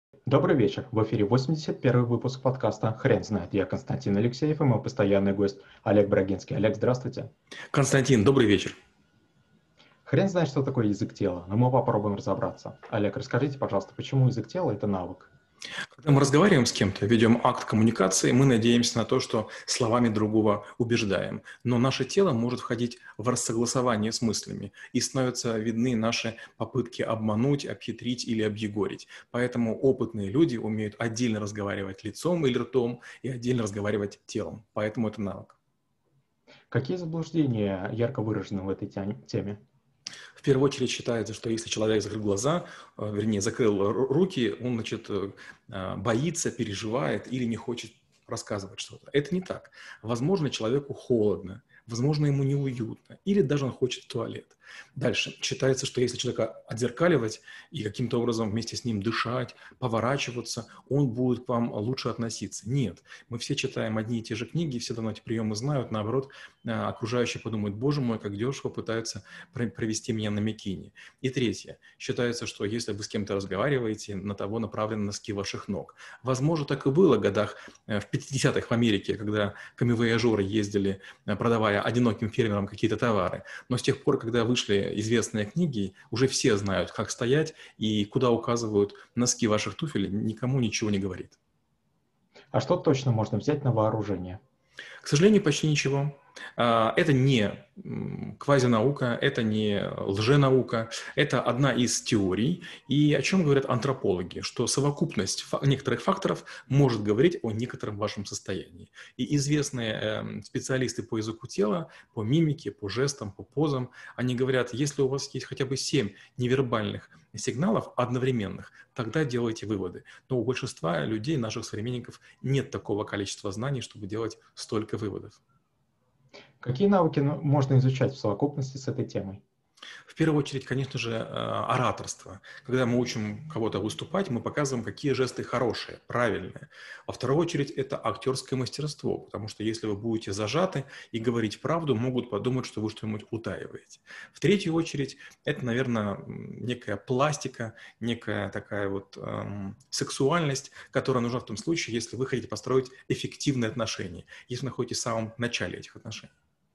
Добрый вечер. В эфире 81-й выпуск подкаста «Хрен знает». Я Константин Алексеев и мой постоянный гость Олег Брагинский. Олег, здравствуйте. Константин, добрый вечер. Хрен знает, что такое язык тела, но мы попробуем разобраться. Олег, расскажите, пожалуйста, почему язык тела – это навык? Когда мы разговариваем с кем-то, ведем акт коммуникации, мы надеемся на то, что словами другого убеждаем. Но наше тело может входить в рассогласование с мыслями, и становятся видны наши попытки обмануть, обхитрить или объегорить. Поэтому опытные люди умеют отдельно разговаривать лицом или ртом и отдельно разговаривать телом. Поэтому это навык. Какие заблуждения ярко выражены в этой теме? В первую очередь считается, что если человек закрыл глаза, вернее, закрыл руки, он, значит, боится, переживает или не хочет рассказывать что-то. Это не так. Возможно, человеку холодно, возможно, ему неуютно, или даже он хочет в туалет. Дальше. Считается, что если человека отзеркаливать и каким-то образом вместе с ним дышать, поворачиваться, он будет к вам лучше относиться. Нет. Мы все читаем одни и те же книги, все давно эти приемы знают. Наоборот, окружающие подумают: боже мой, как дешево пытаются провести меня на мякине. И третье. Считается, что если вы с кем-то разговариваете, на того направлены носки ваших ног. Возможно, так и было в годах, в 50-х в Америке, когда камевояжеры ездили, продавая одиноким фермерам какие-то товары. Но с тех пор, когда вышли известные книги, уже все знают, как стоять и куда указывают носки ваших туфель, никому ничего не говорит. А что точно можно взять на вооружение? К сожалению, почти ничего. Это не квазинаука, это не лженаука, это одна из теорий. И о чем говорят антропологи? Что совокупность некоторых факторов может говорить о некотором вашем состоянии. И известные специалисты по языку тела, по мимике, по жестам, по позам, они говорят: если у вас есть хотя бы 7 невербальных сигналов одновременных, тогда делайте выводы. Но у большинства людей, наших современников, нет такого количества знаний, чтобы делать столько выводов. Какие навыки можно изучать в совокупности с этой темой? В первую очередь, конечно же, ораторство. Когда мы учим кого-то выступать, мы показываем, какие жесты хорошие, правильные. Во вторую очередь, это актерское мастерство, потому что если вы будете зажаты и говорить правду, могут подумать, что вы что-нибудь утаиваете. В третью очередь, это, наверное, некая пластика, некая такая вот сексуальность, которая нужна в том случае, если вы хотите построить эффективные отношения, если вы находитесь в самом начале этих отношений.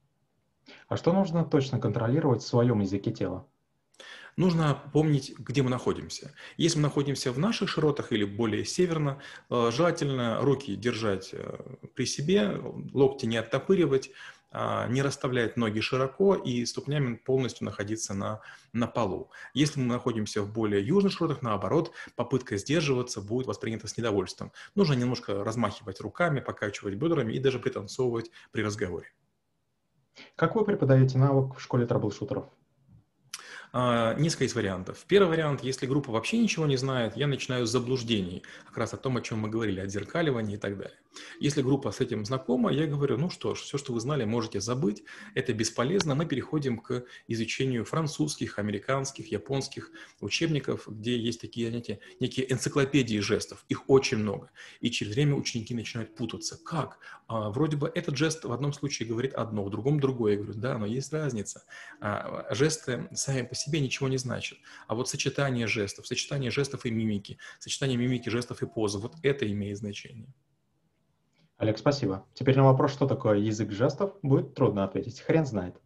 А что нужно точно контролировать в своем языке тела? Нужно помнить, где мы находимся. Если мы находимся в наших широтах или более северно, желательно руки держать при себе, локти не оттопыривать, не расставлять ноги широко и ступнями полностью находиться на полу. Если мы находимся в более южных широтах, наоборот, попытка сдерживаться будет воспринята с недовольством. Нужно немножко размахивать руками, покачивать бедрами и даже пританцовывать при разговоре. Как вы преподаете навык в школе трэблшутеров? Несколько есть вариантов. Первый вариант: если группа вообще ничего не знает, я начинаю с заблуждений, как раз о том, о чем мы говорили, отзеркаливании и так далее. Если группа с этим знакома, я говорю: ну что ж, все, что вы знали, можете забыть, это бесполезно. Мы переходим к изучению французских, американских, японских учебников, где есть такие, знаете, некие энциклопедии жестов, их очень много. И через время ученики начинают путаться. Как? Вроде бы этот жест в одном случае говорит одно, в другом другое. Я говорю: да, но есть разница. Жесты сами по себе ничего не значат. А вот сочетание жестов и мимики, сочетание мимики, жестов и позы, вот это имеет значение. Олег, спасибо. Теперь на вопрос, что такое язык жестов, будет трудно ответить. Хрен знает.